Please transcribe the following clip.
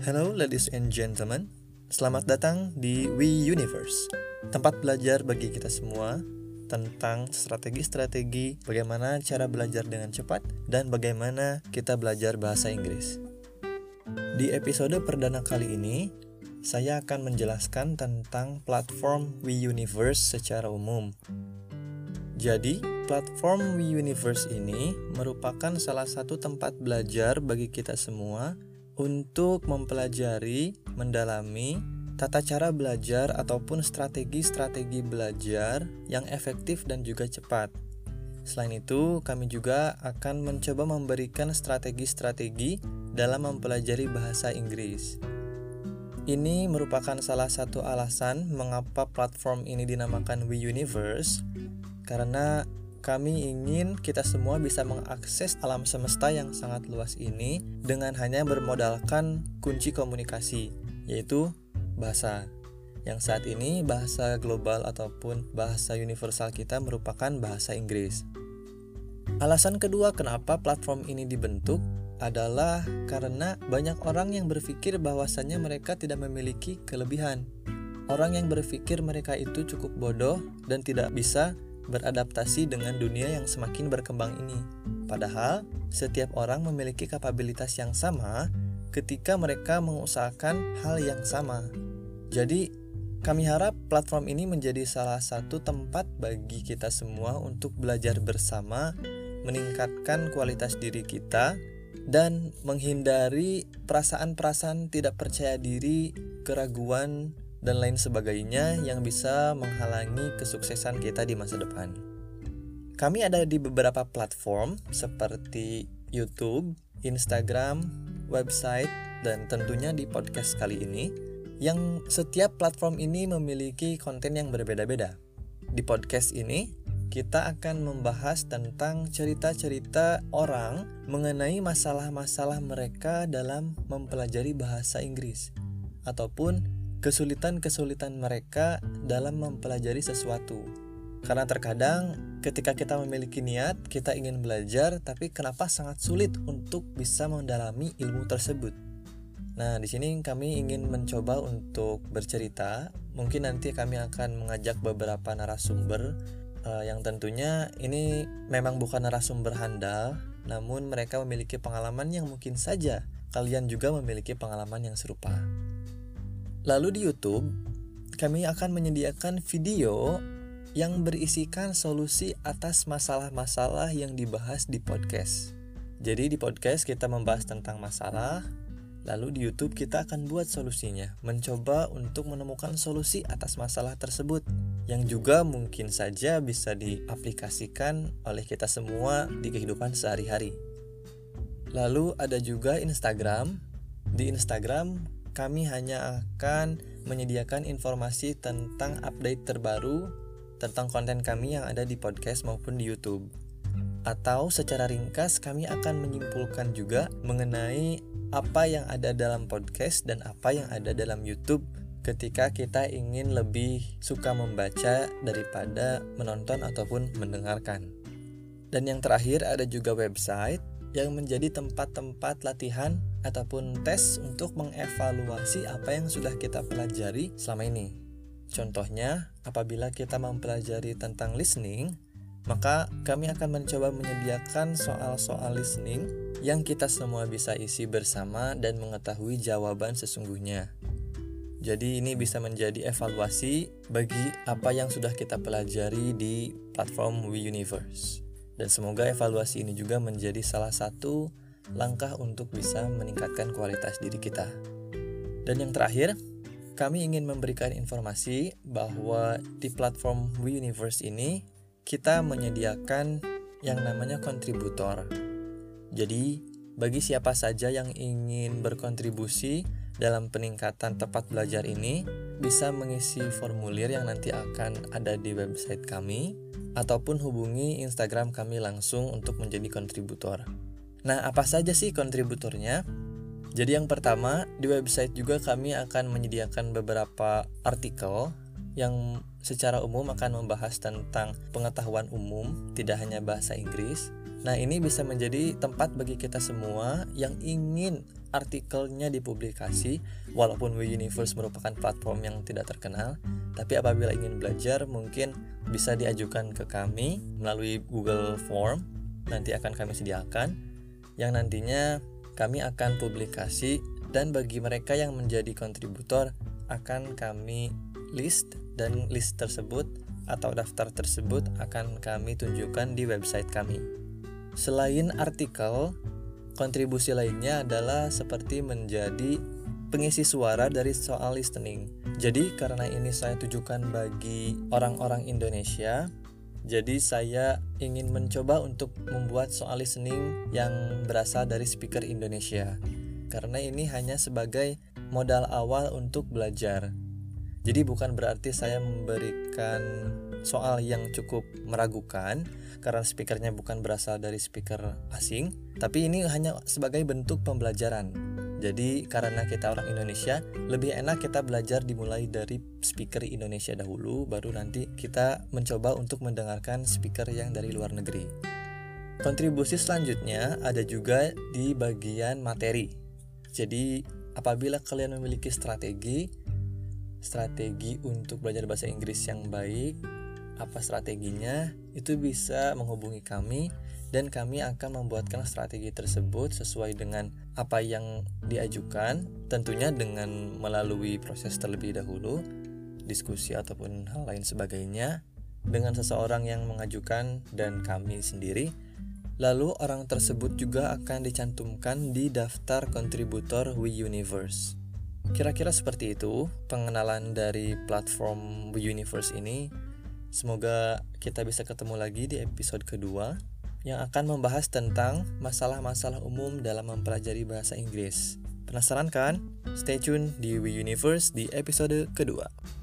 Hello ladies and gentlemen, selamat datang di We Universe, tempat belajar bagi kita semua tentang strategi-strategi bagaimana cara belajar dengan cepat dan bagaimana kita belajar bahasa Inggris. Di episode perdana kali ini, saya akan menjelaskan tentang platform We Universe secara umum. Jadi, platform We Universe ini merupakan salah satu tempat belajar bagi kita semua untuk mempelajari, mendalami tata cara belajar ataupun strategi-strategi belajar yang efektif dan juga cepat. Selain itu, kami juga akan mencoba memberikan strategi-strategi dalam mempelajari bahasa Inggris. Ini merupakan salah satu alasan mengapa platform ini dinamakan We Universe, karena kami ingin kita semua bisa mengakses alam semesta yang sangat luas ini dengan hanya bermodalkan kunci komunikasi, yaitu bahasa. Yang saat ini bahasa global ataupun bahasa universal kita merupakan bahasa Inggris. Alasan kedua kenapa platform ini dibentuk adalah karena banyak orang yang berpikir bahwasannya mereka tidak memiliki kelebihan. Orang yang berpikir mereka itu cukup bodoh dan tidak bisa beradaptasi dengan dunia yang semakin berkembang ini. Padahal, setiap orang memiliki kapabilitas yang sama ketika mereka mengusahakan hal yang sama. Jadi, kami harap platform ini menjadi salah satu tempat bagi kita semua untuk belajar bersama, meningkatkan kualitas diri kita, dan menghindari perasaan-perasaan tidak percaya diri, keraguan, dan lain sebagainya yang bisa menghalangi kesuksesan kita di masa depan. Kami ada di beberapa platform seperti YouTube, Instagram, website, dan tentunya di podcast kali ini, yang setiap platform ini memiliki konten yang berbeda-beda. Di podcast ini, kita akan membahas tentang cerita-cerita orang mengenai masalah-masalah mereka dalam mempelajari bahasa Inggris, ataupun kesulitan-kesulitan mereka dalam mempelajari sesuatu. Karena terkadang ketika kita memiliki niat, kita ingin belajar, tapi kenapa sangat sulit untuk bisa mendalami ilmu tersebut. Nah, di sini kami ingin mencoba untuk bercerita. Mungkin nanti kami akan mengajak beberapa narasumber yang tentunya ini memang bukan narasumber handal, namun mereka memiliki pengalaman yang mungkin saja kalian juga memiliki pengalaman yang serupa. Lalu di YouTube, kami akan menyediakan video yang berisikan solusi atas masalah-masalah yang dibahas di podcast. Jadi di podcast kita membahas tentang masalah, lalu di YouTube kita akan buat solusinya, mencoba untuk menemukan solusi atas masalah tersebut, yang juga mungkin saja bisa diaplikasikan oleh kita semua di kehidupan sehari-hari. Lalu ada juga Instagram. Di Instagram, kami hanya akan menyediakan informasi tentang update terbaru tentang konten kami yang ada di podcast maupun di YouTube. Atau secara ringkas kami akan menyimpulkan juga mengenai apa yang ada dalam podcast dan apa yang ada dalam YouTube ketika kita ingin lebih suka membaca daripada menonton ataupun mendengarkan. Dan yang terakhir ada juga website yang menjadi tempat-tempat latihan ataupun tes untuk mengevaluasi apa yang sudah kita pelajari selama ini. Contohnya, apabila kita mempelajari tentang listening, maka kami akan mencoba menyediakan soal-soal listening yang kita semua bisa isi bersama dan mengetahui jawaban sesungguhnya. Jadi ini bisa menjadi evaluasi bagi apa yang sudah kita pelajari di platform We Universe. Dan semoga evaluasi ini juga menjadi salah satu langkah untuk bisa meningkatkan kualitas diri kita. Dan yang terakhir, kami ingin memberikan informasi bahwa di platform We Universe ini kita menyediakan yang namanya kontributor. Jadi, bagi siapa saja yang ingin berkontribusi dalam peningkatan tempat belajar ini, bisa mengisi formulir yang nanti akan ada di website kami, ataupun hubungi Instagram kami langsung untuk menjadi kontributor. Nah, apa saja sih kontributornya? Jadi yang pertama, di website juga kami akan menyediakan beberapa artikel yang secara umum akan membahas tentang pengetahuan umum, tidak hanya bahasa Inggris. Nah, ini bisa menjadi tempat bagi kita semua yang ingin artikelnya dipublikasi, walaupun We Universe merupakan platform yang tidak terkenal, tapi apabila ingin belajar mungkin bisa diajukan ke kami melalui Google Form, nanti akan kami sediakan, yang nantinya kami akan publikasi, dan bagi mereka yang menjadi kontributor akan kami list, dan list tersebut atau daftar tersebut akan kami tunjukkan di website kami. Selain artikel, kontribusi lainnya adalah seperti menjadi pengisi suara dari soal listening. Jadi karena ini saya tujukan bagi orang-orang Indonesia, jadi saya ingin mencoba untuk membuat soal listening yang berasal dari speaker Indonesia. Karena ini hanya sebagai modal awal untuk belajar. Jadi bukan berarti saya memberikan soal yang cukup meragukan karena speakernya bukan berasal dari speaker asing, tapi ini hanya sebagai bentuk pembelajaran. Jadi karena kita orang Indonesia, lebih enak kita belajar dimulai dari speaker Indonesia dahulu, baru nanti kita mencoba untuk mendengarkan speaker yang dari luar negeri. Kontribusi selanjutnya ada juga di bagian materi. Jadi apabila kalian memiliki strategi untuk belajar bahasa Inggris yang baik, apa strateginya, itu bisa menghubungi kami dan kami akan membuatkan strategi tersebut sesuai dengan apa yang diajukan, tentunya dengan melalui proses terlebih dahulu, diskusi ataupun hal lain sebagainya dengan seseorang yang mengajukan dan kami sendiri. Lalu orang tersebut juga akan dicantumkan di daftar kontributor We Universe. Kira-kira seperti itu pengenalan dari platform We Universe ini. Semoga kita bisa ketemu lagi di episode kedua yang akan membahas tentang masalah-masalah umum dalam mempelajari bahasa Inggris. Penasaran kan? Stay tune di We Universe di episode kedua.